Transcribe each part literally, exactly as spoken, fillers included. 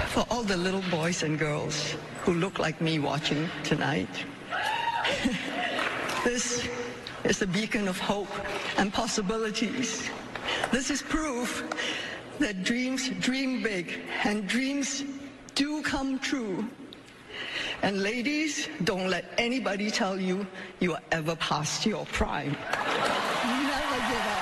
for all the little boys and girls who look like me watching tonight. This is a beacon of hope and possibilities. This is proof that dreams dream big and dreams do come true. And ladies, don't let anybody tell you you are ever past your prime. Never give up.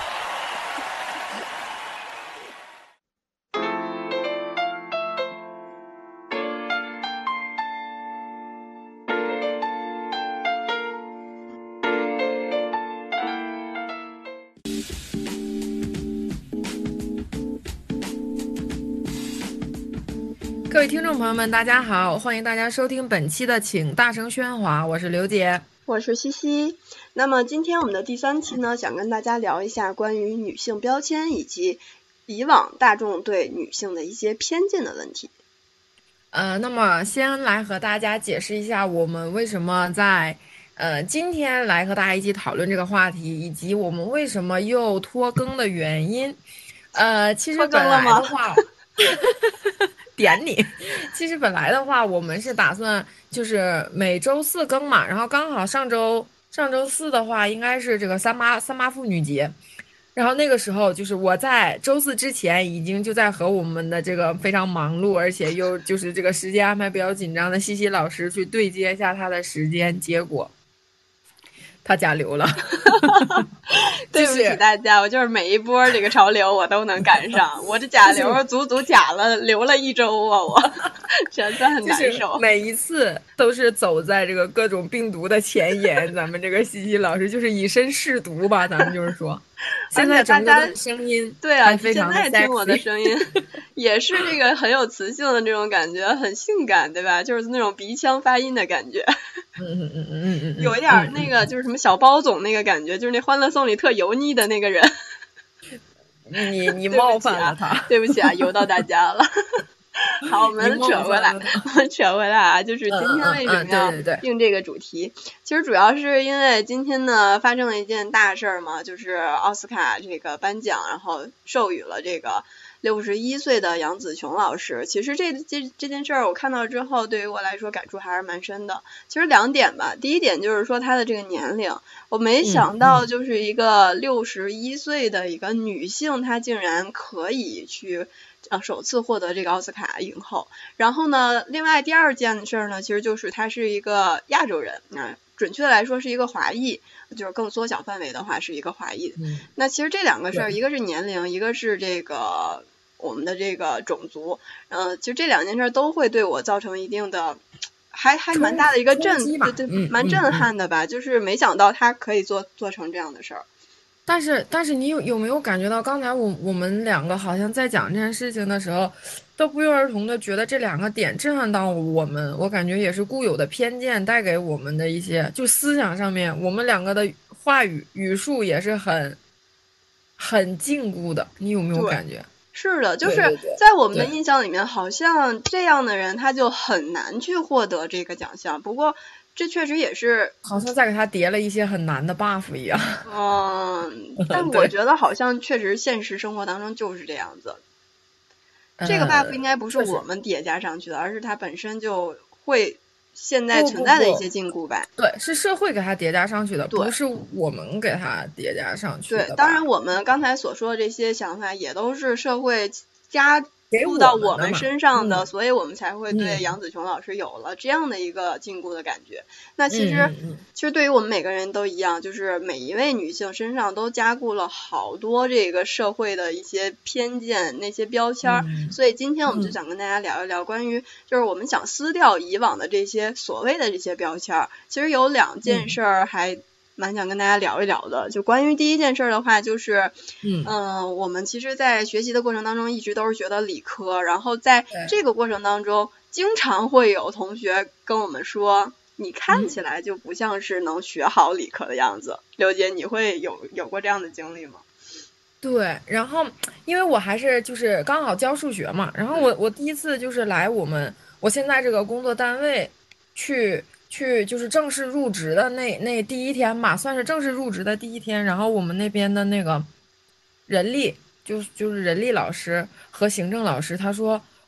各位听众朋友们，大家好，欢迎大家收听本期的请大声喧哗，我是刘姐， 我是西西。那么今天我们的第三期呢，想跟大家聊一下关于女性标签以及以往大众对女性的一些偏见的问题。 呃，那么先来和大家解释一下，我们为什么在呃今天来和大家一起讨论这个话题，以及我们为什么又拖更的原因。呃，其实本来的话。点你，其实本来的话，我们是打算就是每周四更嘛，然后刚好上周上周四的话，应该是这个三八三八妇女节，然后那个时候就是我在周四之前已经就在和我们的这个非常忙碌，而且又就是这个时间安排比较紧张的西西老师去对接一下他的时间，结果他假流了。 对不起大家，我就是每一波这个潮流我都能赶上，我这假流足足假了流了一周啊，我真的很难受。 就是、每一次都是走在这个各种病毒的前沿，咱们这个西西老师就是以身试毒吧，咱们就是说。现在整个的声音对啊， 非常的现在听我的声音也是这个很有磁性的这种感觉，很性感，对吧？就是那种鼻腔发音的感觉。 嗯嗯嗯嗯嗯， 有一点那个就是什么小包总那个感觉，就是那《欢乐颂》里特油腻的那个人。 你你冒犯了他， 对不起啊，油到大家了。好，我们扯回来，我们扯回来啊，就是今天为什么要定这个主题？ 嗯嗯嗯、 其实主要是因为今天呢发生了一件大事儿嘛，就是奥斯卡这个颁奖，然后授予了这个六十一岁的杨紫琼老师。其实这这这件事儿我看到之后，对于我来说感触还是蛮深的。其实两点吧，第一点就是说她的这个年龄，我没想到就是一个六十一岁的一个女性，她竟然可以去。呃，首次获得这个奥斯卡影后。然后呢，另外第二件事呢，其实就是他是一个亚洲人，啊、呃，准确的来说是一个华裔，就是更缩小范围的话是一个华裔。 嗯、 那其实这两个事儿，一个是年龄，一个是这个我们的这个种族，呃，其实这两件事都会对我造成一定的，还还蛮大的一个震，对对， 嗯、 蛮震撼的吧、 嗯嗯。 就是没想到他可以做做成这样的事儿。 但是，但是你有有没有感觉到，刚才我我们两个好像在讲这件事情的时候，都不约而同的觉得这两个点震撼到我们，我感觉也是固有的偏见带给我们的一些，就思想上面，我们两个的话语语术也是很很禁锢的，你有没有感觉？ 是的，就是在我们的印象里面，好像这样的人他就很难去获得这个奖项。不过。这确实也是好像在给他叠了一些很难的 buff 一样。 嗯，但我觉得好像确实现实生活当中就是这样子。这个 buff 应该不是我们叠加上去的，而是它本身就会现在存在的一些禁锢吧。 不不不对，是社会给它叠加上去的，不是我们给它叠加上去的。 对，当然我们刚才所说的这些想法也都是社会加。入到我们身上的， 嗯、 所以我们才会对杨紫琼老师有了这样的一个禁锢的感觉。嗯、那其实、 嗯， 其实对于我们每个人都一样，就是每一位女性身上都加固了好多这个社会的一些偏见、那些标签。 嗯、 所以今天我们就想跟大家聊一聊关于，就是我们想撕掉以往的这些所谓的这些标签。其实有两件事儿还。蛮想跟大家聊一聊的，就关于第一件事的话，就是， 嗯、 呃，我们其实，在学习的过程当中，一直都是觉得理科，然后在这个过程当中，经常会有同学跟我们说，你看起来就不像是能学好理科的样子。嗯、刘姐，你会有有过这样的经历吗？ 对，然后因为我还是就是刚好教数学嘛，然后我我第一次就是来我们我现在这个工作单位去。去就是正式入职的那那第一天吧，算是正式入职的第一天。然后我们那边的那个人力，就就是人力老师和行政老师，他说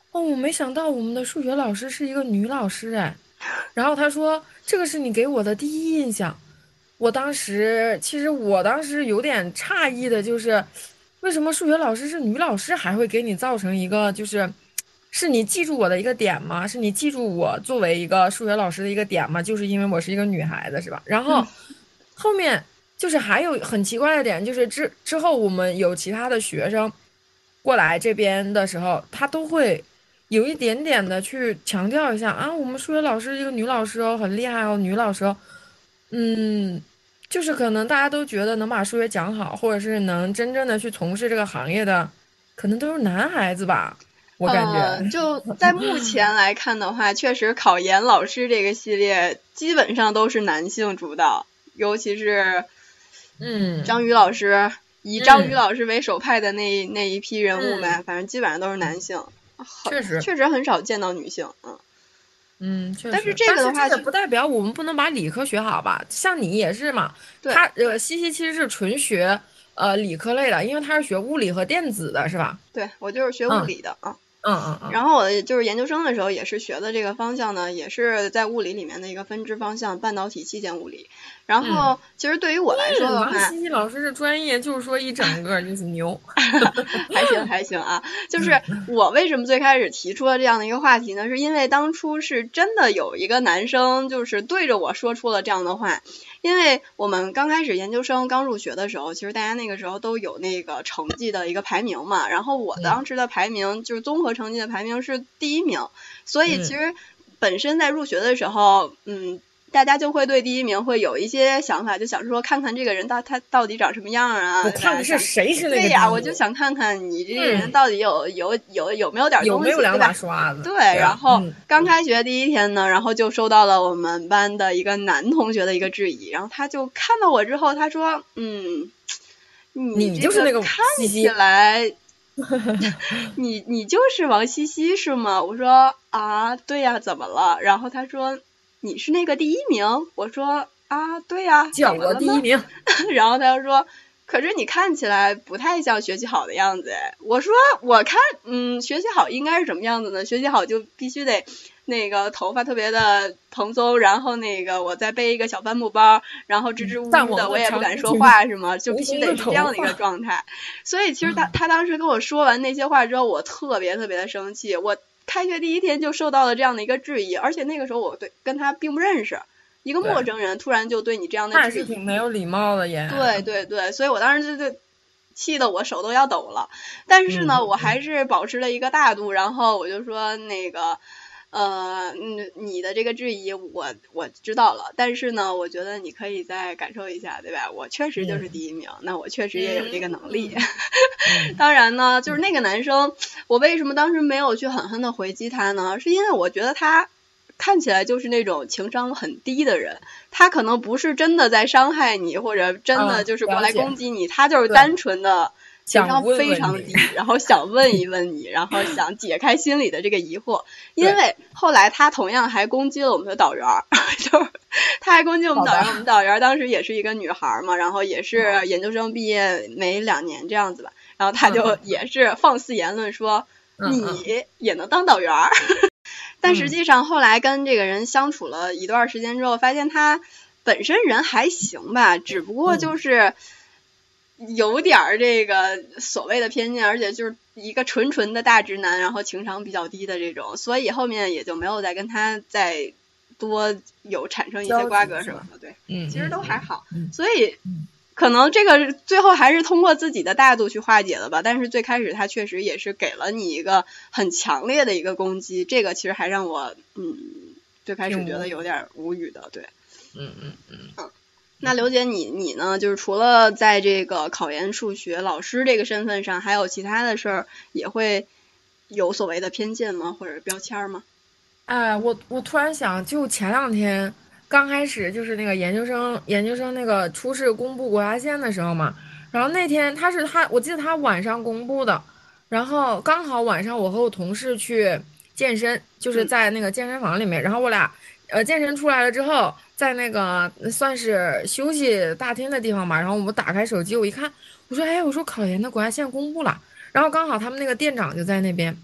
哦，我没想到我们的数学老师是一个女老师哎。然后他说这个是你给我的第一印象。我当时其实我当时有点诧异的就是，为什么数学老师是女老师还会给你造成一个就是，是你记住我的一个点吗？是你记住我作为一个数学老师的一个点吗？就是因为我是一个女孩子是吧？然后后面就是还有很奇怪的点，就是之之后我们有其他的学生过来这边的时候，他都会有一点点的去强调一下啊，我们数学老师是一个女老师哦，很厉害哦，女老师哦。嗯，就是可能大家都觉得能把数学讲好，或者是能真正的去从事这个行业的，可能都是男孩子吧，我感觉。 呃，就在目前来看的话，确实考研老师这个系列基本上都是男性主导，尤其是嗯， 张宇老师，以张宇老师为首派的那那一批人物们， 嗯、 反正基本上都是男性， 确实确实很少见到女性，嗯。 嗯，确实。 但是这个的话， 也不代表我们不能把理科学好吧？像你也是嘛。他呃，西西其实是纯学呃理科类的，因为他是学物理和电子的，是吧？ 对，我就是学物理的啊。 嗯嗯嗯。 然后我就是研究生的时候也是学的这个方向呢，也是在物理里面的一个分支方向，半导体器件物理。然后、嗯、其实对于我来说的话， 嗯、西西老师的专业就是说一整个就是牛。 还行还行啊，就是我为什么最开始提出了这样的一个话题呢？是因为当初是真的有一个男生就是对着我说出了这样的话。因为我们刚开始研究生刚入学的时候，其实大家那个时候都有那个成绩的一个排名嘛，然后我当时的排名就是综合成绩的排名是第一名，所以其实本身在入学的时候，嗯，大家就会对第一名会有一些想法，就想说看看这个人到他到底长什么样啊？ 我看是谁是那个对呀，我就想看看你这个人到底有、嗯、有有有没有点东西， 有没有两把刷子？ 对，然后、嗯、刚开学第一天呢，然后就收到了我们班的一个男同学的一个质疑，然后他就看到我之后，他说：“嗯， 你就是那个看起来。”你你就是王西西是吗？我说啊，对呀，怎么了？然后他说你是那个第一名。我说啊，对呀， 叫我第一名。 然后他就说，可是你看起来不太像学习好的样子。我说我看嗯，学习好应该是什么样子呢？学习好就必须得那个头发特别的蓬松，然后那个我再背一个小帆布包，然后支支吾吾的，我也不敢说话，是吗？就必须得是这样的一个状态。所以其实他他当时跟我说完那些话之后，我特别特别的生气。我开学第一天就受到了这样的一个质疑，而且那个时候我对跟他并不认识，一个陌生人突然就对你这样的质疑， 还是挺没有礼貌的耶。 对对对，所以我当时就就气得我手都要抖了。但是呢， 嗯、 我还是保持了一个大度，然后我就说那个。呃，嗯，你的这个质疑我我知道了，但是呢，我觉得你可以再感受一下，对吧？我确实就是第一名，嗯、那我确实也有这个能力。 嗯、 当然呢，就是那个男生，我为什么当时没有去狠狠的回击他呢？是因为我觉得他看起来就是那种情商很低的人，他可能不是真的在伤害你，或者真的就是过来攻击你， 嗯、 他就是单纯的。情商非常低， 问问然后想问一问你，然后想解开心里的这个疑惑。因为后来他同样还攻击了我们的导员，就是他还攻击我们导员。我们导员当时也是一个女孩嘛，然后也是研究生毕业没两年这样子吧，然后他就也是放肆言论说、 嗯、 你也能当导员。但实际上后来跟这个人相处了一段时间之后，发现他本身人还行吧，只不过就是。有点这个所谓的偏见，而且就是一个纯纯的大直男，然后情商比较低的这种，所以后面也就没有再跟他再多有产生一些瓜葛什么的。对， 嗯， 其实都还好， 嗯、 所以可能这个最后还是通过自己的大度去化解了吧。但是最开始他确实也是给了你一个很强烈的一个攻击，这个其实还让我嗯最开始觉得有点无语的。对， 嗯嗯嗯嗯。那刘姐你你呢，就是除了在这个考研数学老师这个身份上，还有其他的事儿也会有所谓的偏见吗，或者标签吗？ 哎，我我突然想，就前两天刚开始就是那个研究生研究生那个初试公布国家线的时候嘛，然后那天他是他，我记得他晚上公布的，然后刚好晚上我和我同事去健身，就是在那个健身房里面，嗯、然后我俩呃健身出来了之后。在那个算是休息大厅的地方吧，然后我们打开手机，我一看，我说，哎，我说考研的国家线公布了，然后刚好他们那个店长就在那边，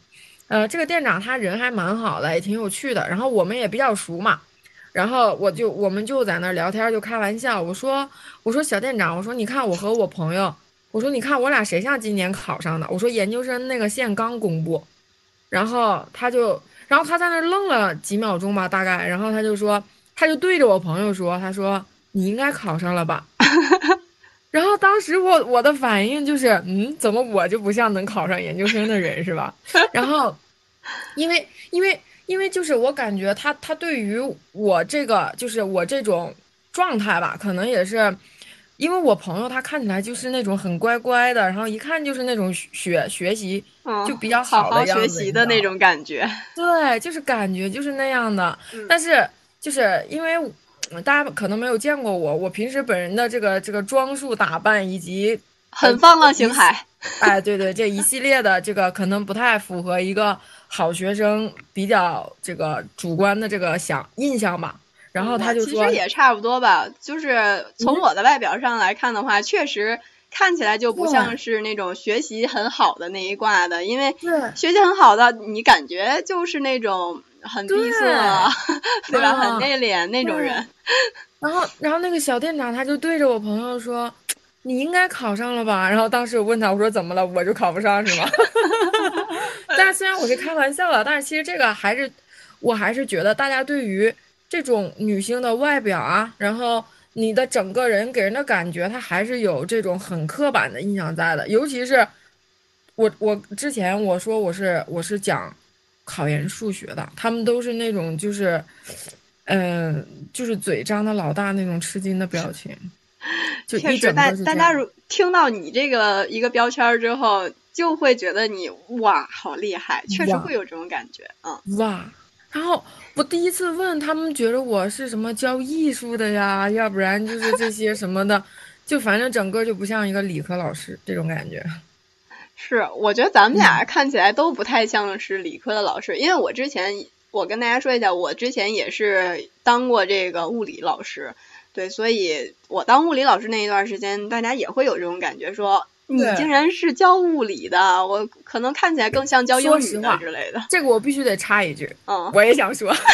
呃，这个店长他人还蛮好的，也挺有趣的，然后我们也比较熟嘛。然后我就我们就在那儿聊天，就开玩笑。我说我说小店长，我说你看我和我朋友，我说你看我俩谁像今年考上的？我说研究生那个线刚公布，然后他就然后他在那儿愣了几秒钟吧，大概，然后他就说他就对着我朋友说，他说你应该考上了吧？然后当时我我的反应就是，嗯，怎么我就不像能考上研究生的人是吧？然后因为因为。因为就是我感觉他他对于我这个就是我这种状态吧，可能也是因为我朋友他看起来就是那种很乖乖的，然后一看就是那种学学习就比较好的样子， 好学习的那种感觉。 对，就是感觉就是那样的。嗯、但是就是因为大家可能没有见过我，我平时本人的这个这个装束打扮以及很放浪形骸。 哎，对对，这一系列的这个可能不太符合一个好学生比较这个主观的这个想印象吧。然后他就说， 其实也差不多吧，就是从我的外表上来看的话，嗯、确实看起来就不像是那种学习很好的那一挂的，因为学习很好的，你感觉就是那种很闭塞，对, 对吧、嗯？很内敛那种人。 然后，然后那个小店长他就对着我朋友说。你应该考上了吧？然后当时我问他，我说怎么了？我就考不上是吗？但是虽然我是开玩笑的，但是其实这个还是，我还是觉得大家对于这种女性的外表啊，然后你的整个人给人的感觉，它还是有这种很刻板的印象在的。尤其是我，我之前我说我是我是讲考研数学的，他们都是那种就是，嗯、呃，就是嘴张的老大那种吃惊的表情。就确实，大大家如听到你这个一个标签之后，就会觉得你哇好厉害，确实会有这种感觉，嗯哇。然后我第一次问他们，觉得我是什么教艺术的呀，要不然就是这些什么的，就反正整个就不像一个理科老师这种感觉。 是，我觉得咱们俩看起来都不太像是理科的老师，嗯、因为我之前我跟大家说一下，我之前也是当过这个物理老师。对，所以我当物理老师那一段时间，大家也会有这种感觉，说你竟然是教物理的，我可能看起来更像教英语的之类的。 这个我必须得插一句， 嗯， 我也想说，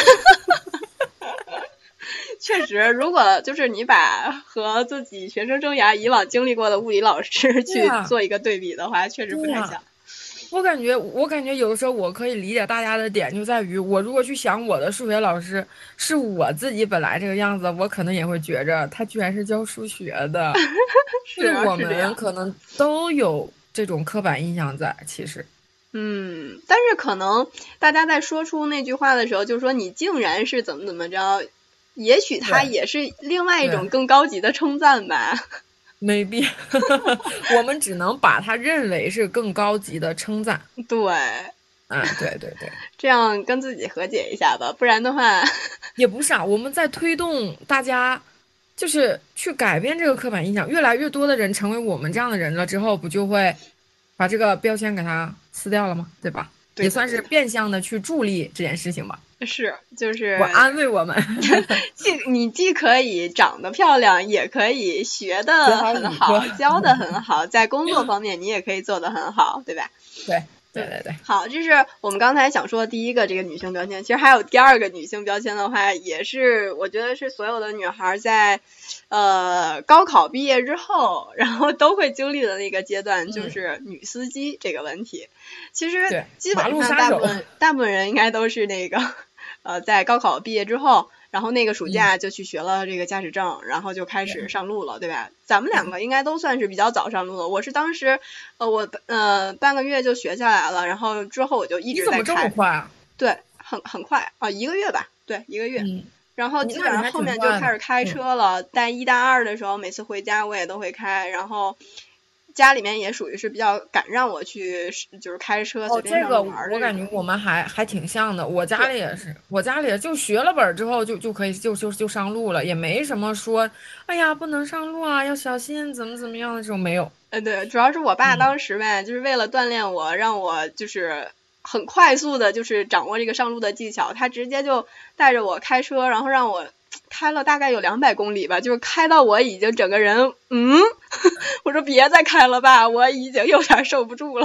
确实，如果就是你把和自己学生生涯以往经历过的物理老师去做一个对比的话，确实不太像。 我感觉，我感觉有的时候我可以理解大家的点，就在于我如果去想我的数学老师是我自己本来这个样子，我可能也会觉着他居然是教数学的。 是啊， 我们可能都有这种刻板印象在，其实。 嗯，但是可能大家在说出那句话的时候，就说你竟然是怎么怎么着，也许他也是另外一种更高级的称赞吧。 没必要，我们只能把它认为是更高级的称赞。 对， 嗯，对对对， 这样跟自己和解一下吧，不然的话也不是啊。我们在推动大家，就是去改变这个刻板印象，越来越多的人成为我们这样的人了之后，不就会把这个标签给它撕掉了吗？对吧？ 对， 也算是变相的去助力这件事情吧。 是，就是我安慰我们， 既你既可以长得漂亮，也可以学得很好，教得很好，在工作方面你也可以做得很好，对吧？ 对对对对。 好，这是我们刚才想说的第一个这个女性标签。其实还有第二个女性标签的话，也是我觉得是所有的女孩在呃高考毕业之后，然后都会经历的那个阶段，就是女司机这个问题。嗯、其实基本上大部分大部分人应该都是那个。呃，在高考毕业之后，然后那个暑假就去学了这个驾驶证，嗯、然后就开始上路了，对吧？咱们两个应该都算是比较早上路的。我是当时，呃，我呃半个月就学下来了，然后之后我就一直在开。 你怎么这么快啊？ 对，很很快啊、呃，一个月吧，对，一个月。 嗯、 然后基本上后面就开始开车了。大一大二的时候，每次回家我也都会开，然后。家里面也属于是比较敢让我去，就是开车随便上玩、哦、 这个我感觉我们还还挺像的。我家里也是，我家里就学了本之后就就可以就就就上路了，也没什么说，哎呀不能上路啊，要小心怎么怎么样的这种没有。 呃，对，主要是我爸当时呗，嗯、就是为了锻炼我，让我就是很快速的，就是掌握这个上路的技巧，他直接就带着我开车，然后让我。开了大概有两百公里吧，就是开到我已经整个人，嗯，我说别再开了吧，我已经有点受不住了。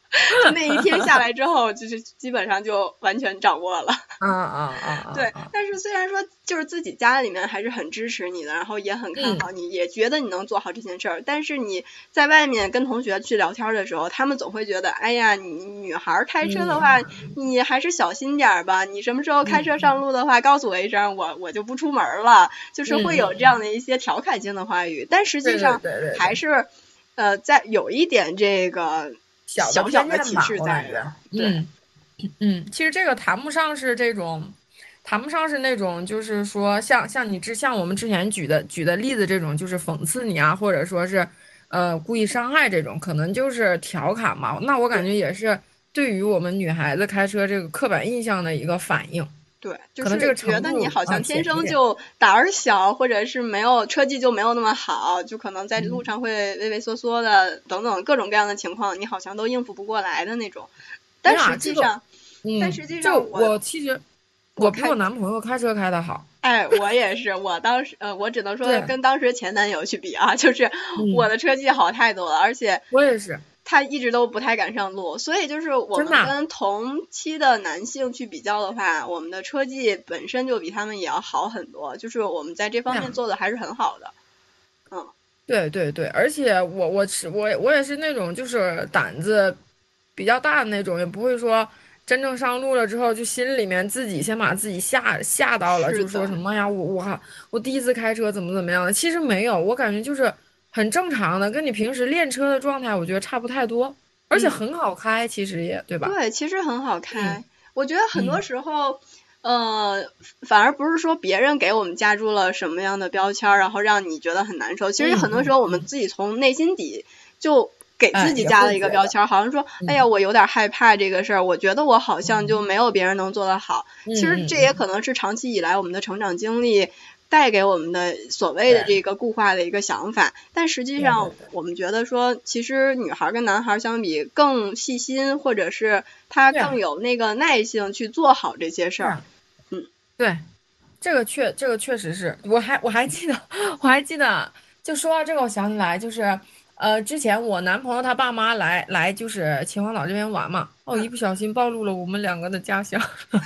就那一天下来之后，就是基本上就完全掌握了。 啊啊啊！ 对，但是虽然说就是自己家里面还是很支持你的，然后也很看好你， 嗯、 也觉得你能做好这件事儿，但是你在外面跟同学去聊天的时候，他们总会觉得，哎呀，你女孩开车的话，嗯、你还是小心点吧。你什么时候开车上路的话，嗯、告诉我一声，我我就不出门了。就是会有这样的一些调侃性的话语，嗯、但实际上还是，对对对对呃，在有一点这个小小的歧视在的。对。 嗯嗯，其实这个谈不上是这种，谈不上是那种，就是说像像你之像我们之前举的举的例子这种，就是讽刺你啊，或者说是呃故意伤害这种，可能就是调侃嘛。那我感觉也是对于我们女孩子开车这个刻板印象的一个反应。 对，就可能这个是觉得你好像天生就就胆儿小，或者是没有车技就没有那么好，就可能在路上会畏畏缩缩的，嗯、等等各种各样的情况，你好像都应付不过来的那种。但实际上， 嗯、 但实际上我， 我其实我比我男朋友开车开得好。 哎，我也是，我当时呃，我只能说跟当时前男友去比啊，就是我的车技好太多了，嗯、而且我也是。 他一直都不太敢上路，所以就是我们跟同期的男性去比较的话，我们的车技本身就比他们也要好很多，就是我们在这方面做的还是很好的。嗯， 对对对，而且我我是我我也是那种就是胆子比较大的那种，也不会说真正上路了之后就心里面自己先把自己吓吓到了，就说什么呀我我我第一次开车怎么怎么样的，其实没有，我感觉就是很正常的，跟你平时练车的状态我觉得差不太多，而且很好开，嗯、其实也对吧？ 对，其实很好开。 嗯、 我觉得很多时候，嗯、呃，反而不是说别人给我们加注了什么样的标签，然后让你觉得很难受。其实很多时候我们自己从内心底就给自己加了一个标签， 哎、 好像说，哎呀，我有点害怕这个事儿，我觉得我好像就没有别人能做得好。 嗯、 其实这也可能是长期以来我们的成长经历带给我们的所谓的这个固化的一个想法，但实际上我们觉得说，其实女孩跟男孩相比更细心，或者是她更有那个耐性去做好这些事儿。嗯， 对，这个确这个确实是，我还我还记得我还记得，就说到这个，我想起来就是。呃，之前我男朋友他爸妈来来就是秦皇岛这边玩嘛，哦，一不小心暴露了我们两个的家乡，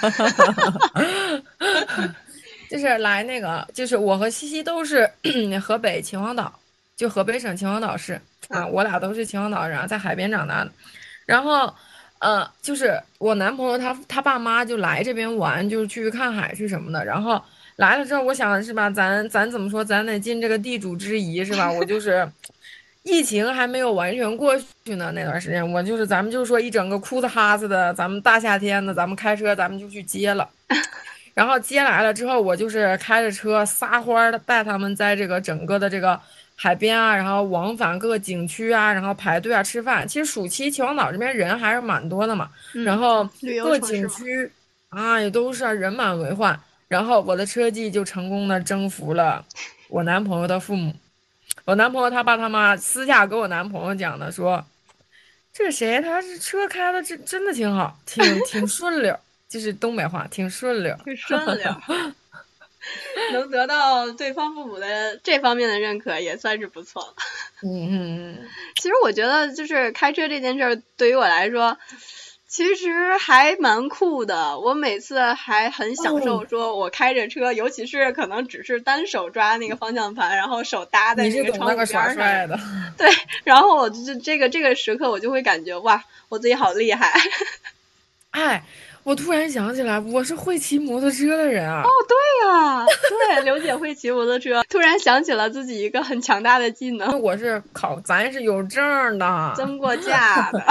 就是来那个，就是我和西西都是河北秦皇岛，就河北省秦皇岛市啊，我俩都是秦皇岛人，在海边长大的，然后呃，就是我男朋友他他爸妈就来这边玩，就是去看海去什么的，然后来了之后，我想是吧，咱咱怎么说，咱得尽这个地主之谊是吧？我就是。疫情还没有完全过去呢，那段时间我就是咱们就说一整个哭的哈子的，咱们大夏天的，咱们开车咱们就去接了，然后接来了之后，我就是开着车撒欢的带他们在这个整个的这个海边啊，然后往返各个景区啊，然后排队啊吃饭。其实暑期秦皇岛这边人还是蛮多的嘛， 嗯、 然后各景区啊也都是人满为患，然后我的车技就成功的征服了我男朋友的父母。我男朋友他爸他妈私下跟我男朋友讲的说，这谁他是车开的真真的挺好，挺挺顺溜，就是东北话，挺顺溜， 挺顺溜，能得到对方父母的这方面的认可也算是不错。 嗯嗯嗯。 其实我觉得就是开车这件事儿对于我来说。其实还蛮酷的，我每次还很享受，说我开着车，哦、尤其是可能只是单手抓那个方向盘，然后手搭在那个窗户边上。 的对，然后我就这个这个时刻，我就会感觉哇，我自己好厉害。 哎，我突然想起来，我是会骑摩托车的人啊。 哦，对啊，对，刘姐会骑摩托车，突然想起了自己一个很强大的技能。 我是考，咱是有证的， 增过驾的。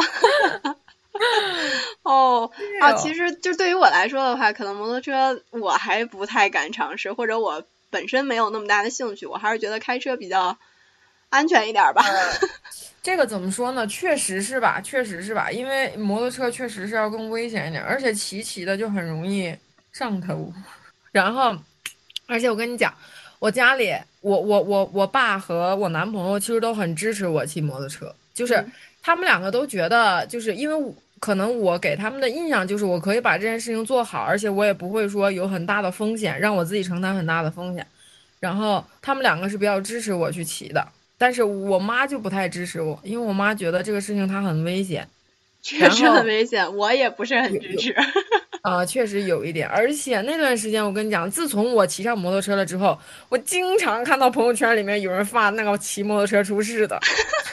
哦啊，其实就对于我来说的话，可能摩托车我还不太敢尝试，或者我本身没有那么大的兴趣，我还是觉得开车比较安全一点吧。 呃、这个怎么说呢？确实是吧，确实是吧，因为摩托车确实是要更危险一点，而且骑骑的就很容易上头。然后，而且我跟你讲，我家里，我我我我爸和我男朋友其实都很支持我骑摩托车，就是。嗯他们两个都觉得，就是因为可能我给他们的印象就是我可以把这件事情做好，而且我也不会说有很大的风险，让我自己承担很大的风险。然后他们两个是比较支持我去骑的，但是我妈就不太支持我，因为我妈觉得这个事情它很危险。 确实很危险，我也不是很支持。 啊、呃，确实有一点，而且那段时间我跟你讲，自从我骑上摩托车了之后，我经常看到朋友圈里面有人发那个骑摩托车出事的。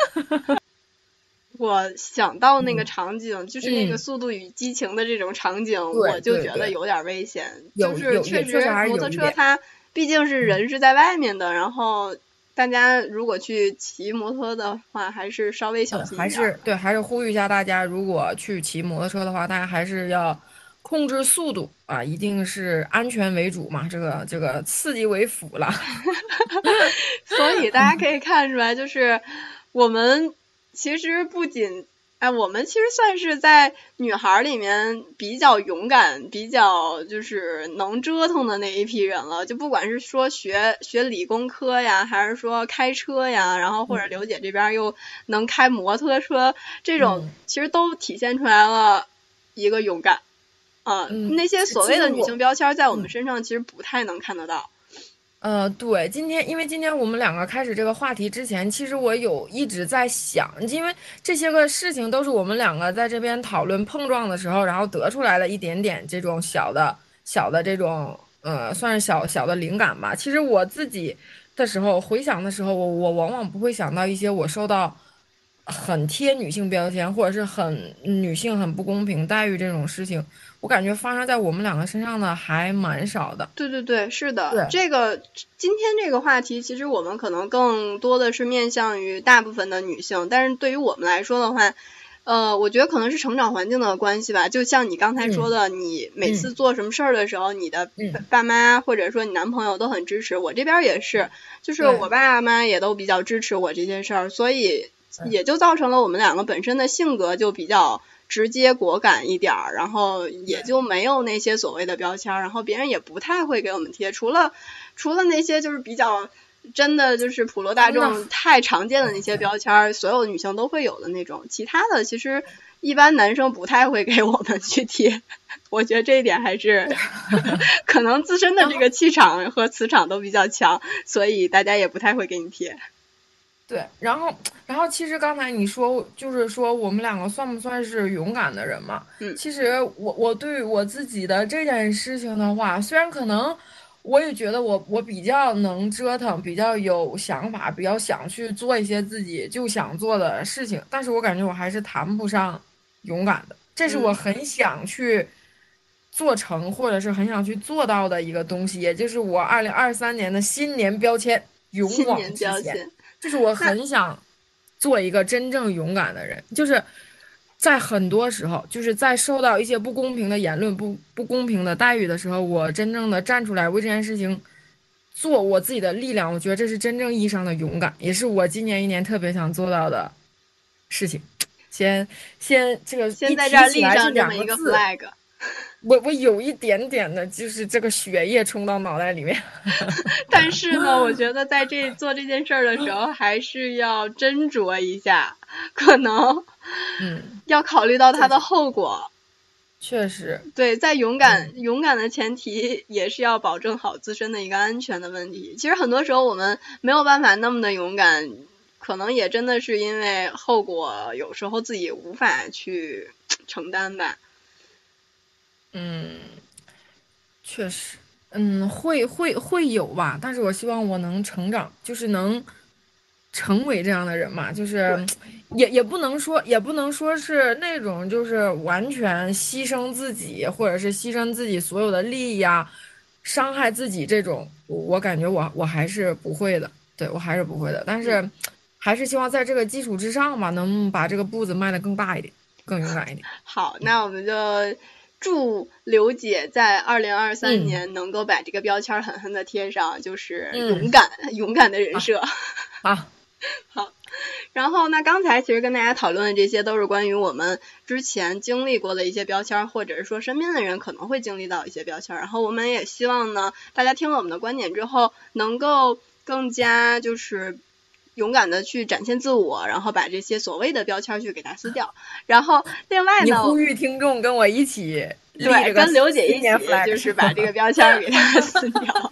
我想到那个场景，嗯、就是那个《速度与激情》的这种场景， 嗯、 我就觉得有点危险。 对对对， 就是确实摩托车它毕竟是人是在外面的， 嗯、 然后大家如果去骑摩托的话，还是稍微小心一点。 还是对，还是呼吁一下大家，如果去骑摩托车的话，大家还是要控制速度啊，一定是安全为主嘛，这个这个刺激为辅了。 所以大家可以看出来，就是我们。其实不仅，哎，我们其实算是在女孩里面比较勇敢、比较就是能折腾的那一批人了。就不管是说学学理工科呀，还是说开车呀，然后或者刘姐这边又能开摩托车，这种其实都体现出来了一个勇敢。啊、呃嗯， 那些所谓的女性标签在我们身上其实不太能看得到。 呃，对，今天因为今天我们两个开始这个话题之前，其实我有一直在想，因为这些个事情都是我们两个在这边讨论碰撞的时候，然后得出来的一点点这种小的小的这种呃，算是小小的灵感吧。其实我自己的时候回想的时候，我我往往不会想到一些我受到很贴女性标签或者是很女性很不公平待遇这种事情。我感觉发生在我们两个身上的还蛮少的。 对对对，是的。 对， 这个今天这个话题，其实我们可能更多的是面向于大部分的女性，但是对于我们来说的话，呃，我觉得可能是成长环境的关系吧。就像你刚才说的，嗯、你每次做什么事儿的时候，嗯、你的爸妈或者说你男朋友都很支持。我这边也是，就是我爸妈也都比较支持我这件事儿，所以也就造成了我们两个本身的性格就比较直接果敢一点儿，然后也就没有那些所谓的标签，然后别人也不太会给我们贴，除了除了那些就是比较真的就是普罗大众太常见的那些标签，所有女性都会有的那种，其他的其实一般男生不太会给我们去贴。我觉得这一点还是可能自身的这个气场和磁场都比较强，所以大家也不太会给你贴。 对，然后，然后其实刚才你说，就是说我们两个算不算是勇敢的人嘛？ 嗯， 其实我我对我自己的这件事情的话，虽然可能我也觉得我我比较能折腾，比较有想法，比较想去做一些自己就想做的事情，但是我感觉我还是谈不上勇敢的。这是我很想去做成，或者是很想去做到的一个东西，也就是我二零二三年的新年标签——勇往直前。就是我很想做一个真正勇敢的人，就是在很多时候，就是在受到一些不公平的言论、不不公平的待遇的时候，我真正的站出来为这件事情做我自己的力量。我觉得这是真正意义上的勇敢，也是我今年一年特别想做到的事情。先先这个先在这儿立上这么一个 flag。 我我有一点点的，就是这个血液冲到脑袋里面。 但是呢，我觉得在这做这件事儿的时候，还是要斟酌一下，可能， 嗯， 要考虑到它的后果。 确实， 对，在勇敢、嗯、勇敢的前提，也是要保证好自身的一个安全的问题。其实很多时候我们没有办法那么的勇敢，可能也真的是因为后果有时候自己无法去承担吧。 嗯，确实，嗯，会会会有吧，但是我希望我能成长，就是能成为这样的人嘛，就是也也不能说，也不能说是那种就是完全牺牲自己，或者是牺牲自己所有的利益啊，伤害自己这种，我感觉我我还是不会的，对我还是不会的，但是还是希望在这个基础之上吧，能把这个步子迈得更大一点，更勇敢一点。 好，那我们就祝刘姐在二零二三年能够把这个标签狠狠的贴上，嗯、就是勇敢、嗯、勇敢的人设。 好， 好。然后那刚才其实跟大家讨论的这些都是关于我们之前经历过的一些标签，或者是说身边的人可能会经历到一些标签。然后我们也希望呢，大家听了我们的观点之后，能够更加就是勇敢的去展现自我，然后把这些所谓的标签去给它撕掉。然后另外呢， 你呼吁听众跟我一起， 对，跟刘姐一起，就是把这个标签给它撕掉。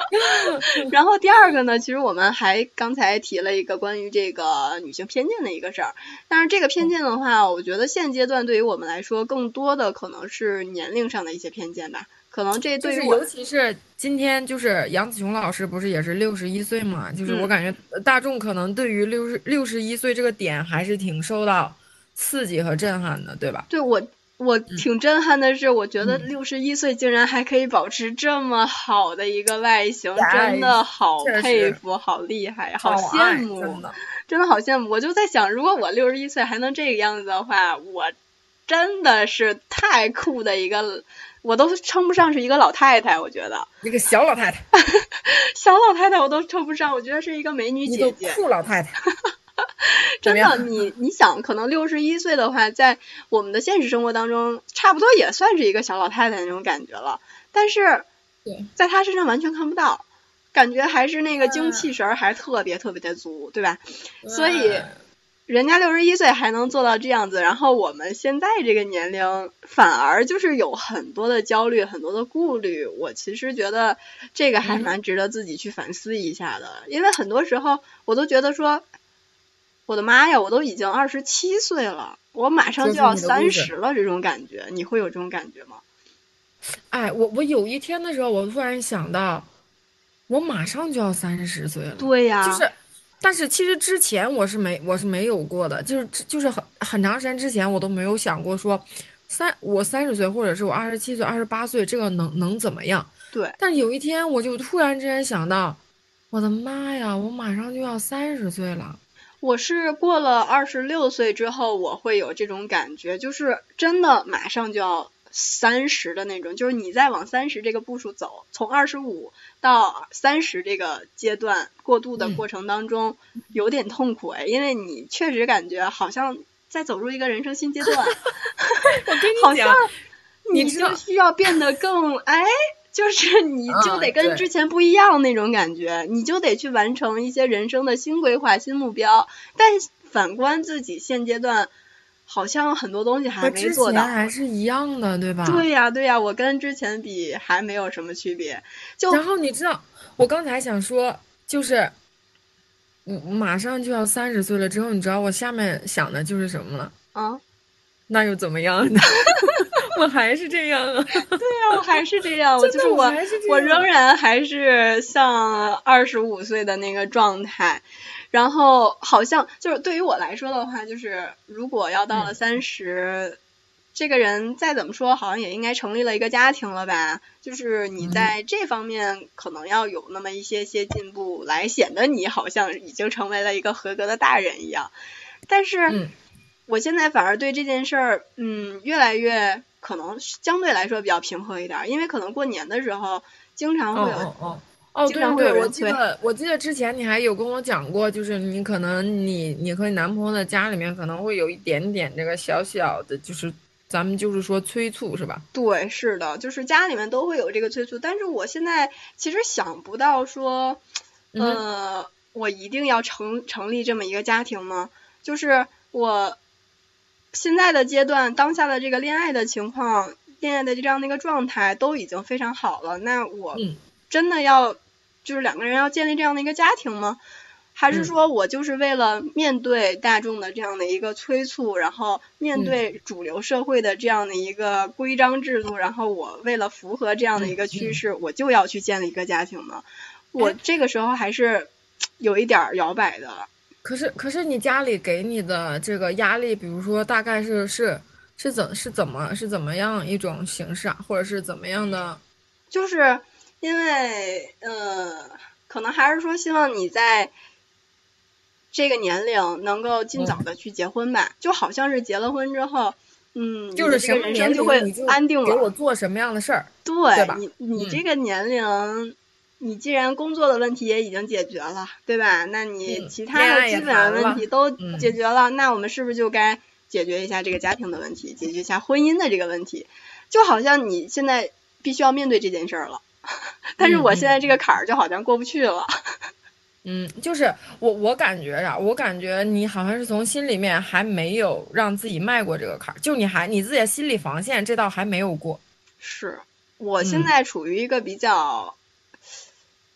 然后第二个呢，其实我们还刚才提了一个关于这个女性偏见的一个事儿，但是这个偏见的话，我觉得现阶段对于我们来说，更多的可能是年龄上的一些偏见吧。可能这对于我， 尤其是今天就是杨紫琼老师不是也是六十一岁嘛？就是我感觉大众可能对于六十六十一岁这个点还是挺受到刺激和震撼的，对吧？ 对我。我挺震撼的是，我觉得六十一岁竟然还可以保持这么好的一个外形，真的好佩服，好厉害，好羡慕，真的，真的好羡慕。我就在想，如果我六十一岁还能这个样子的话，我真的是太酷的一个，我都称不上是一个老太太，我觉得一个小老太太， 小老太太我都称不上，我觉得是一个美女姐姐， 酷老太太。 真的，你你想，可能六十一岁的话，在我们的现实生活当中，差不多也算是一个小老太太那种感觉了。但是，在她身上完全看不到，感觉还是那个精气神还特别特别的足，对吧？所以，人家六十一岁还能做到这样子，然后我们现在这个年龄反而就是有很多的焦虑，很多的顾虑。我其实觉得这个还蛮值得自己去反思一下的，嗯、因为很多时候我都觉得说。我的妈呀，我都已经二十七岁了，我马上就要三十了，这种感觉，你会有这种感觉吗？ 哎，我我有一天的时候，我突然想到，我马上就要三十岁了。 对呀， 就是，但是其实之前我是没我是没有过的，就是就是很很长时间之前我都没有想过说，三我三十岁或者是我二十七岁、二十八岁这个能能怎么样？ 对。 但是有一天我就突然之间想到，我的妈呀，我马上就要三十岁了。 我是过了二十六岁之后，我会有这种感觉，就是真的马上就要三十的那种，就是你在往三十这个步数走，从二十五到三十这个阶段过渡的过程当中，嗯、有点痛苦哎，因为你确实感觉好像在走入一个人生新阶段， 我跟你讲，好像你就需要变得更哎。就是你就得跟之前不一样那种感觉，嗯、你就得去完成一些人生的新规划、新目标。但反观自己现阶段，好像很多东西还没做到， 还是一样的，对吧？ 对呀，对呀，我跟之前比还没有什么区别。就然后你知道，我刚才想说，就是嗯，马上就要三十岁了之后，你知道我下面想的就是什么了？ 啊， 那又怎么样呢？我还是这样啊。 对呀、啊，我还是这样，我就是我，我仍然还是像二十五岁的那个状态。然后好像就是对于我来说的话，就是如果要到了三十、嗯，这个人再怎么说，好像也应该成立了一个家庭了吧？就是你在这方面可能要有那么一些些进步，来显得你好像已经成为了一个合格的大人一样。但是， 嗯、 我现在反而对这件事儿，嗯，越来越可能相对来说比较平和一点，因为可能过年的时候经常会有。 哦哦哦哦，对对，我记得我记得之前你还有跟我讲过，就是你可能你你和你男朋友的家里面可能会有一点点这个小小的，就是咱们就是说催促是吧？ 对，是的，就是家里面都会有这个催促，但是我现在其实想不到说，呃，嗯、我一定要成成立这么一个家庭吗？就是我现在的阶段，当下的这个恋爱的情况，恋爱的这样的一个状态都已经非常好了，那我真的要。就是两个人要建立这样的一个家庭吗？还是说我就是为了面对大众的这样的一个催促，然后面对主流社会的这样的一个规章制度，然后我为了符合这样的一个趋势，我就要去建立一个家庭呢？我这个时候还是有一点摇摆的。 可是，可是你家里给你的这个压力，比如说大概是是是怎是怎么是怎么样一种形式啊，或者是怎么样的？ 就是。因为呃，可能还是说希望你在这个年龄能够尽早的去结婚吧，嗯、就好像是结了婚之后，嗯， 就是这个人生就会安定了。 给我做什么样的事儿？ 对， 对吧？ 你你这个年龄、嗯，你既然工作的问题也已经解决了，对吧？那你其他的基本的问题都解决了， 嗯、 那我们是不是就该解决一下这个家庭的问题，解决一下婚姻的这个问题？就好像你现在必须要面对这件事儿了。但是我现在这个坎儿就好像过不去了。 嗯，就是我我感觉呀、啊，我感觉你好像是从心里面还没有让自己迈过这个坎儿，就你还你自己的心理防线这道还没有过。 是我现在处于一个比较，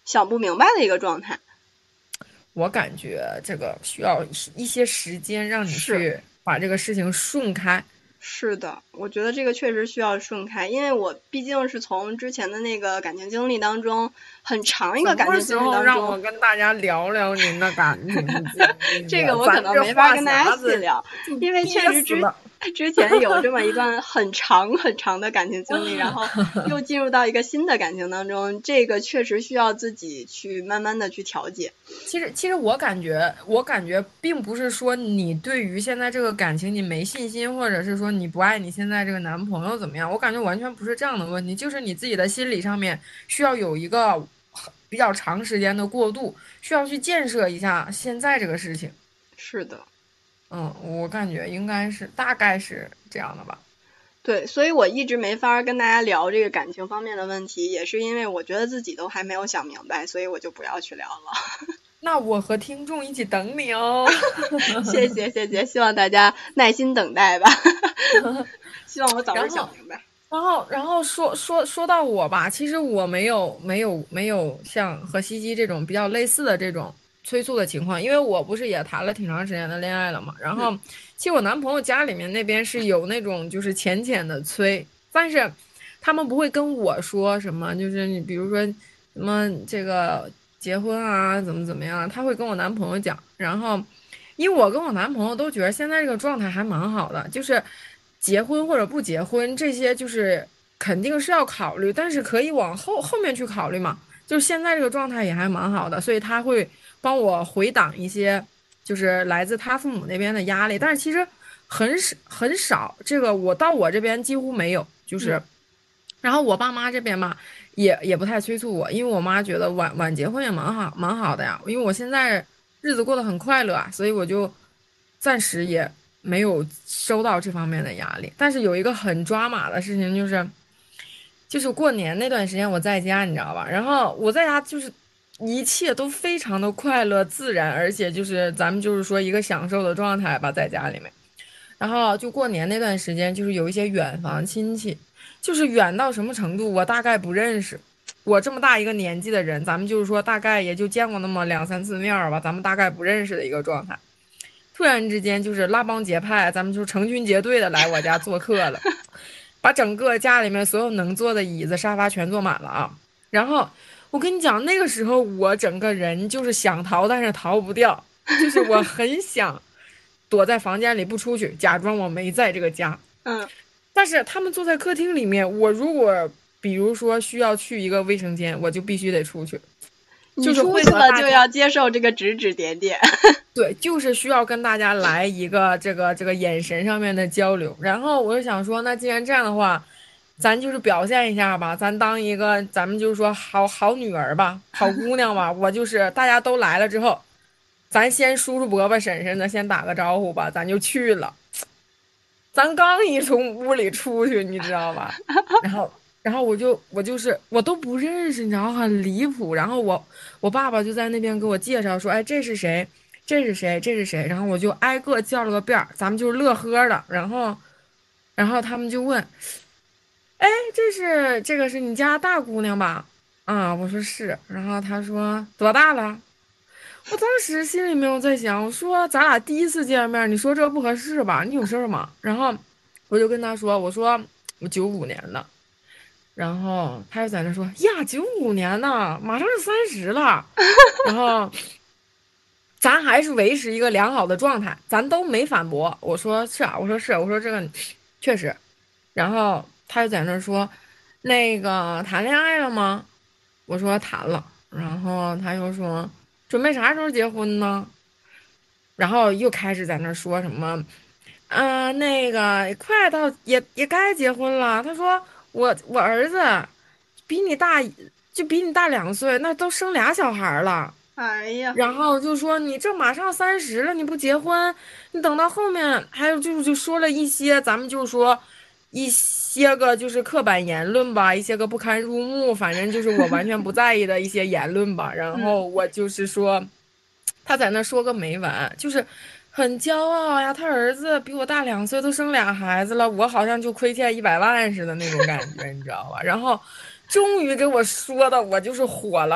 想不明白的一个状态。 我感觉这个需要一些时间让你去把这个事情顺开。 是的，我觉得这个确实需要顺开，因为我毕竟是从之前的那个感情经历当中，很长一个感情经历当中， 让我跟大家聊聊您的感情经历。 这个我可能没法跟大家细聊，因为确实之之前有这么一段很长很长的感情经历，然后又进入到一个新的感情当中，这个确实需要自己去慢慢的去调节。 其实，其实我感觉，我感觉并不是说你对于现在这个感情你没信心，或者是说你不爱你现在这个男朋友怎么样？我感觉完全不是这样的问题，就是你自己的心理上面需要有一个比较长时间的过渡，需要去建设一下现在这个事情。 是的。 嗯，我感觉应该是大概是这样的吧。 对，所以我一直没法跟大家聊这个感情方面的问题，也是因为我觉得自己都还没有想明白，所以我就不要去聊了。 那我和听众一起等你哦。 谢谢谢谢，希望大家耐心等待吧。希望我早日想明白。 然后，然后说说说到我吧，其实我没有没有没有像和西西这种比较类似的这种催促的情况，因为我不是也谈了挺长时间的恋爱了嘛。然后，其实我男朋友家里面那边是有那种就是浅浅的催，但是他们不会跟我说什么，就是你比如说什么这个结婚啊，怎么怎么样，他会跟我男朋友讲。然后，因为我跟我男朋友都觉得现在这个状态还蛮好的，就是结婚或者不结婚这些就是肯定是要考虑，但是可以往后后面去考虑嘛。就是现在这个状态也还蛮好的，所以他会帮我回挡一些就是来自他父母那边的压力，但是其实很少很少，这个我到我这边几乎没有，就是。嗯，然后我爸妈这边嘛，也也不太催促我，因为我妈觉得晚晚结婚也蛮好蛮好的呀，因为我现在日子过得很快乐啊，所以我就暂时也没有收到这方面的压力。但是有一个很抓马的事情，就是就是过年那段时间我在家，你知道吧？然后我在家就是一切都非常的快乐自然，而且就是咱们就是说一个享受的状态吧，在家里面。然后就过年那段时间，就是有一些远房亲戚。就是远到什么程度，我大概不认识。我这么大一个年纪的人，咱们就是说大概也就见过那么两三次面吧，咱们大概不认识的一个状态。突然之间就是拉帮结派，咱们就成群结队的来我家做客了，把整个家里面所有能坐的椅子沙发全坐满了啊。然后我跟你讲，那个时候我整个人就是想逃，但是逃不掉，就是我很想躲在房间里不出去，假装我没在这个家。 嗯。 但是他们坐在客厅里面，我如果比如说需要去一个卫生间，我就必须得出去。 你出去了就要接受这个指指点点。 对，就是需要跟大家来一个这个这个眼神上面的交流。然后我就想说，那既然这样的话，咱就是表现一下吧，咱当一个咱们就是说好好女儿吧，好姑娘吧。我就是大家都来了之后，咱先叔叔伯伯婶婶的先打个招呼吧，咱就去了。咱刚一从屋里出去，你知道吧？然后，然后我就我就是我都不认识，你知道，很离谱。然后我我爸爸就在那边给我介绍说，哎，这是谁？这是谁？这是谁？然后我就挨个叫了个遍儿，咱们就是乐呵的。然后，然后他们就问，哎，这是这个是你家大姑娘吧？啊，我说是。然后他说多大了？我当时心里没有在想，我说咱俩第一次见面，你说这不合适吧？你有事儿吗？然后我就跟他说，我说我九五年的，然后他就在那说呀，九五年呢，马上就三十了，然后咱还是维持一个良好的状态，咱都没反驳。我说是啊，我说是，我说这个确实，然后他就在那说，那个谈恋爱了吗？我说谈了，然后他又说。准备啥时候结婚呢？然后又开始在那说什么，啊、呃，那个快到也也该结婚了。他说我我儿子比你大，就比你大两岁，那都生俩小孩了。 哎呀， 然后就说你这马上三十了，你不结婚，你等到后面还有就是就说了一些，咱们就说一些个就是刻板言论吧，一些个不堪入目，反正就是我完全不在意的一些言论吧。然后我就是说，他在那说个没完，就是很骄傲呀，他儿子比我大两岁，都生俩孩子了，我好像就亏欠一百万似的那种感觉，你知道吧？然后终于给我说的，我就是火了。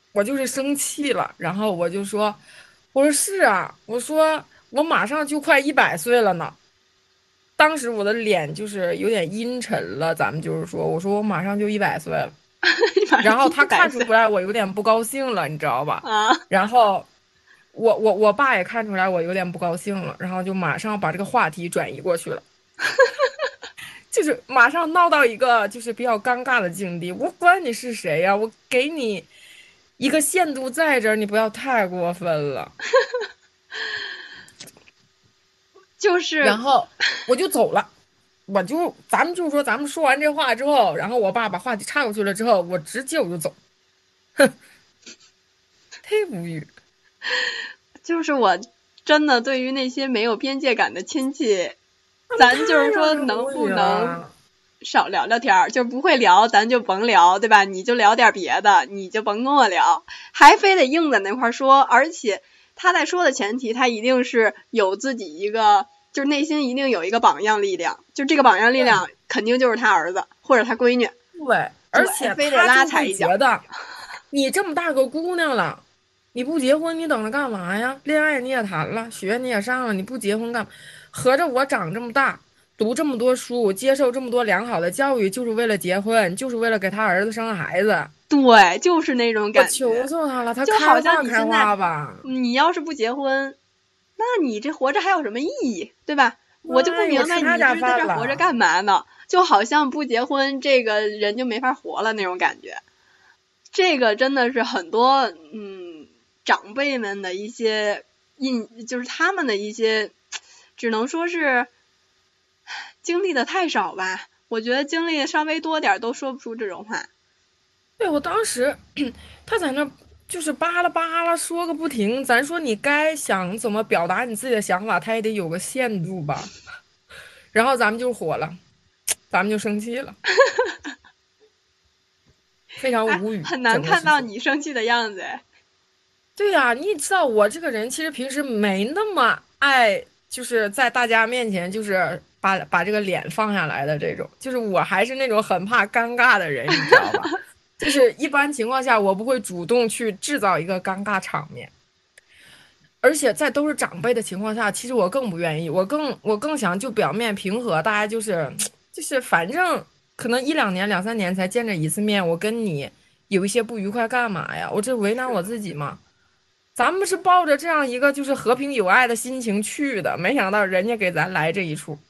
我就是生气了，然后我就说，我说是啊，我说我马上就快一百岁了呢。当时我的脸就是有点阴沉了，咱们就是说，我说我马上就一百岁了，然后他看出来我有点不高兴了，你知道吧？ 啊， 然后我我我爸也看出来我有点不高兴了，然后就马上把这个话题转移过去了。就是马上闹到一个就是比较尴尬的境地，我管你是谁呀、我给你一个限度在这儿，你不要太过分了。 就是， 然后我就走了，我就咱们就是说，咱们说完这话之后，然后我爸把话题岔过去了之后，我直接我就走，哼，忒无语。 就是我真的对于那些没有边界感的亲戚，咱就是说能不能少聊聊天儿，就不会聊咱就甭聊，对吧？你就聊点别的，你就甭跟我聊，还非得硬在那块说。而且他在说的前提，他一定是有自己一个，就是内心一定有一个榜样力量，就这个榜样力量肯定就是他儿子或者他闺女。 对，而且非得拉踩一脚。 你这么大个姑娘了，你不结婚，你等着干嘛呀？恋爱你也谈了，学你也上了，你不结婚干嘛？合着我长这么大，读这么多书，接受这么多良好的教育，就是为了结婚，就是为了给他儿子生孩子。 对，就是那种感觉。 我求求他了，他就好像你开花吧。 你要是不结婚，那你这活着还有什么意义，对吧？我就不明白你这在这活着干嘛呢？就好像不结婚，这个人就没法活了那种感觉。这个真的是很多嗯长辈们的一些印，就是他们的一些，只能说是经历的太少吧。我觉得经历的稍微多点都说不出这种话。 对，我当时他在那就是巴拉巴拉说个不停，咱说你该想怎么表达你自己的想法，他也得有个限度吧。然后咱们就火了，咱们就生气了。非常无语、 哎，很难看到你生气的样子。 对呀、啊，你知道我这个人其实平时没那么爱，就是在大家面前就是把把这个脸放下来的这种，就是我还是那种很怕尴尬的人，你知道吧？就是一般情况下我不会主动去制造一个尴尬场面，而且在都是长辈的情况下，其实我更不愿意，我更我更想就表面平和，大家就是就是反正。可能一两年、两三年才见着一次面，我跟你有一些不愉快，干嘛呀？我这为难我自己吗？咱们是抱着这样一个就是和平友爱的心情去的，没想到人家给咱来这一出，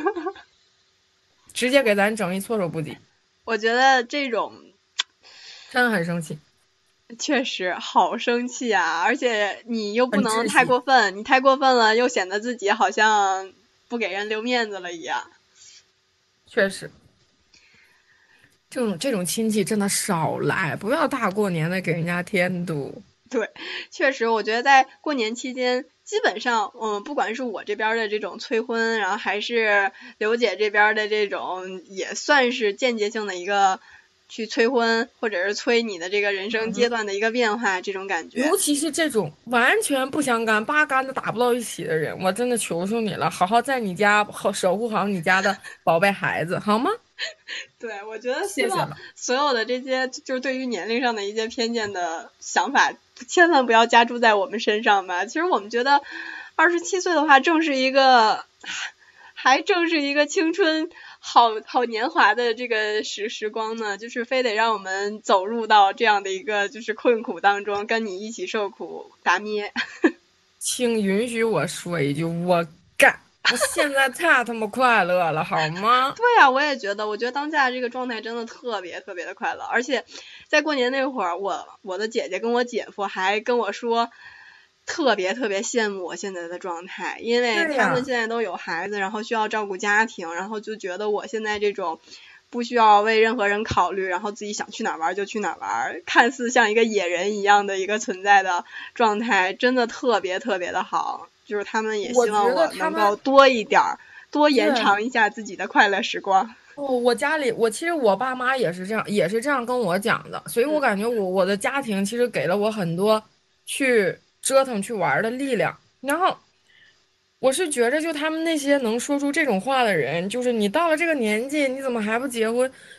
直接给咱整一措手不及。 我觉得这种真的很生气， 确实好生气啊！而且你又不能太过分，你太过分了，又显得自己好像不给人留面子了一样。 确实。这种这种亲戚真的少来，不要大过年的给人家添堵。 对，确实，我觉得在过年期间，基本上，嗯，不管是我这边的这种催婚，然后还是刘姐这边的这种，也算是间接性的一个去催婚，或者是催你的这个人生阶段的一个变化，嗯、这种感觉。 尤其是这种完全不相干、八竿子打不到一起的人，我真的求求你了，好好在你家好守护好你家的宝贝孩子，好吗？ 对，我觉得希望所有的这些就是对于年龄上的一些偏见的想法，千万不要加注在我们身上吧。其实我们觉得二十七岁的话，正是一个还正是一个青春好好年华的这个时时光呢，就是非得让我们走入到这样的一个就是困苦当中，跟你一起受苦达咩。 请允许我说一句，我干。我现在太他妈快乐了，好吗？ 对呀、啊，我也觉得，我觉得当下这个状态真的特别特别的快乐，而且在过年那会儿，我我的姐姐跟我姐夫还跟我说，特别特别羡慕我现在的状态，因为他们现在都有孩子，然后需要照顾家庭，然后就觉得我现在这种不需要为任何人考虑，然后自己想去哪儿玩就去哪儿玩，看似像一个野人一样的一个存在的状态，真的特别特别的好。就是他们也希望我能够多一点儿，多延长一下自己的快乐时光。 哦，我家里，我其实我爸妈也是这样，也是这样跟我讲的，所以我感觉我我的家庭其实给了我很多去折腾去玩的力量。然后我是觉着，就他们那些能说出这种话的人，就是你到了这个年纪，你怎么还不结婚？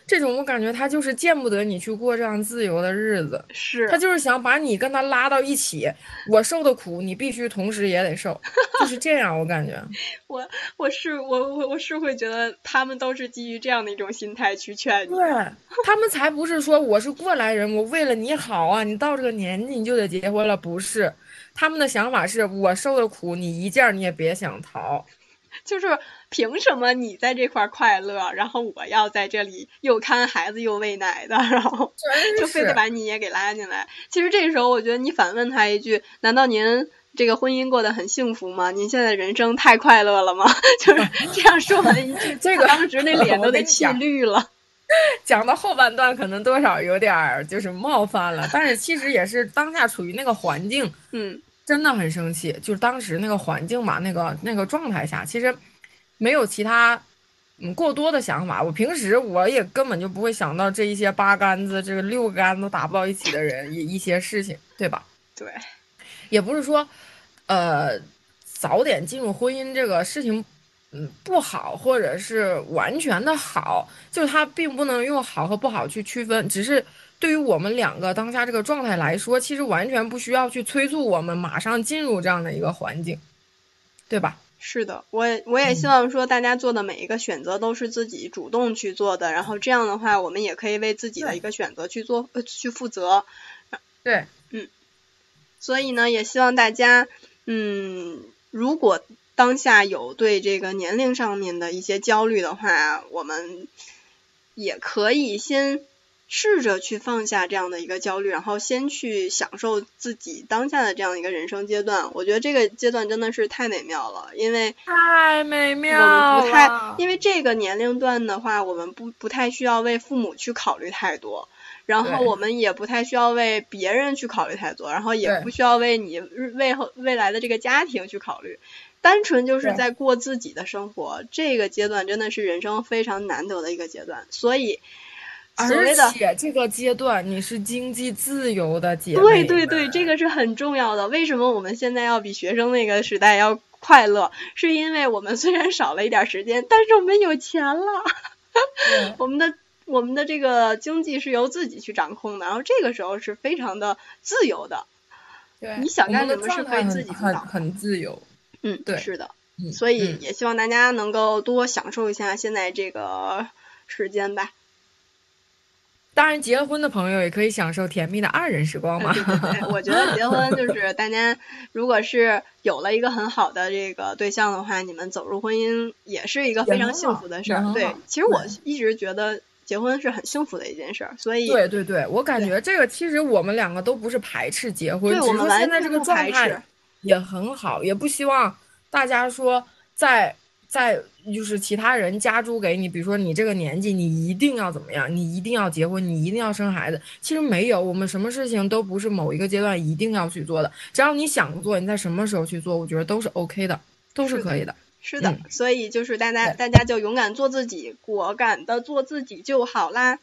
这种我感觉他就是见不得你去过这样自由的日子， 是他就是想把你跟他拉到一起，我受的苦你必须同时也得受，就是这样，我感觉。 我我是我我我是会觉得他们都是基于这样的一种心态去劝你。 对，他们才不是说我是过来人，我为了你好啊，你到这个年纪你就得结婚了，不是。他们的想法是我受的苦，你一件你也别想逃。 就是凭什么你在这块快乐，然后我要在这里又看孩子又喂奶的，然后就非得把你也给拉进来。其实这时候我觉得你反问他一句，难道您这个婚姻过得很幸福吗？您现在人生太快乐了吗？就是这样说完一句， 这个当时那脸都得气绿了。 讲到后半段可能多少有点就是冒犯了，但是其实也是当下处于那个环境， 嗯， 真的很生气。就是当时那个环境嘛，那个那个状态下，其实没有其他嗯过多的想法。我平时我也根本就不会想到这一些八竿子这个六个竿子都打不到一起的人一一些事情，对吧？ 对， 也不是说呃早点进入婚姻这个事情。嗯，不好，或者是完全的好，就是它并不能用好和不好去区分。只是对于我们两个当下这个状态来说，其实完全不需要去催促我们马上进入这样的一个环境，对吧？ 是的，我也我也希望说大家做的每一个选择都是自己主动去做的，然后这样的话，我们也可以为自己的一个选择去做呃去负责。 对， 嗯，所以呢，也希望大家，嗯，如果当下有对这个年龄上面的一些焦虑的话，我们也可以先试着去放下这样的一个焦虑，然后先去享受自己当下的这样一个人生阶段。我觉得这个阶段真的是太美妙了，因为太美妙了。我们不太，因为为这个年龄段的话，我们不不太需要为父母去考虑太多。然后我们也不太需要为别人去考虑太多，然后也不需要为你未后未来的这个家庭去考虑，单纯就是在过自己的生活。这个阶段真的是人生非常难得的一个阶段，所以所谓的而且这个阶段你是经济自由的姐妹， 对对对，这个是很重要的。为什么我们现在要比学生那个时代要快乐？是因为我们虽然少了一点时间，但是我们有钱了，我们的。我们的这个经济是由自己去掌控的，然后这个时候是非常的自由的。 对， 你想干什么是可以自己去掌控， 很自由。 嗯， 对， 是的。 嗯， 所以也希望大家能够多享受一下现在这个时间吧。 当然，结了婚的朋友也可以享受甜蜜的二人时光嘛。 对对对，我觉得结婚就是大家如果是有了一个很好的这个对象的话，你们走入婚姻也是一个非常幸福的事儿。对，其实我一直觉得结婚是很幸福的一件事儿，所以对对对，我感觉这个其实我们两个都不是排斥结婚， 对，我们现在这个状态也很好，也不希望大家说在在就是其他人加诸给你，比如说你这个年纪你一定要怎么样，你一定要结婚，你一定要生孩子。其实没有，我们什么事情都不是某一个阶段一定要去做的，只要你想做，你在什么时候去做，我觉得都是 OK 的，都是可以的。 是的，嗯、所以就是大家大家就勇敢做自己，果敢的做自己就好啦。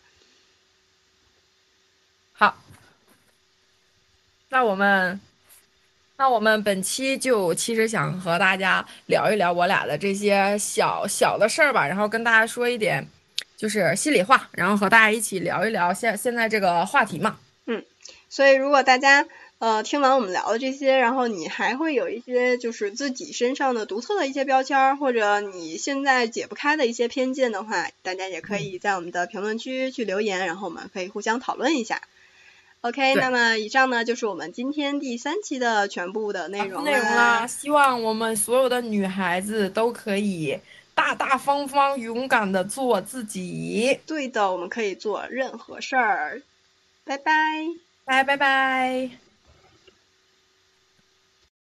好，那我们。那我们本期就其实想和大家聊一聊我俩的这些小小的事儿吧，然后跟大家说一点就是心里话，然后和大家一起聊一聊现现在这个话题嘛。 嗯，所以如果大家呃听完我们聊的这些，然后你还会有一些就是自己身上的独特的一些标签，或者你现在解不开的一些偏见的话，大家也可以在我们的评论区去留言，然后我们可以互相讨论一下。OK， 那么以上呢就是我们今天第三期的全部的内容内容啦。希望我们所有的女孩子都可以大大方方、勇敢的做自己。 对的，我们可以做任何事儿。拜拜， 拜拜拜。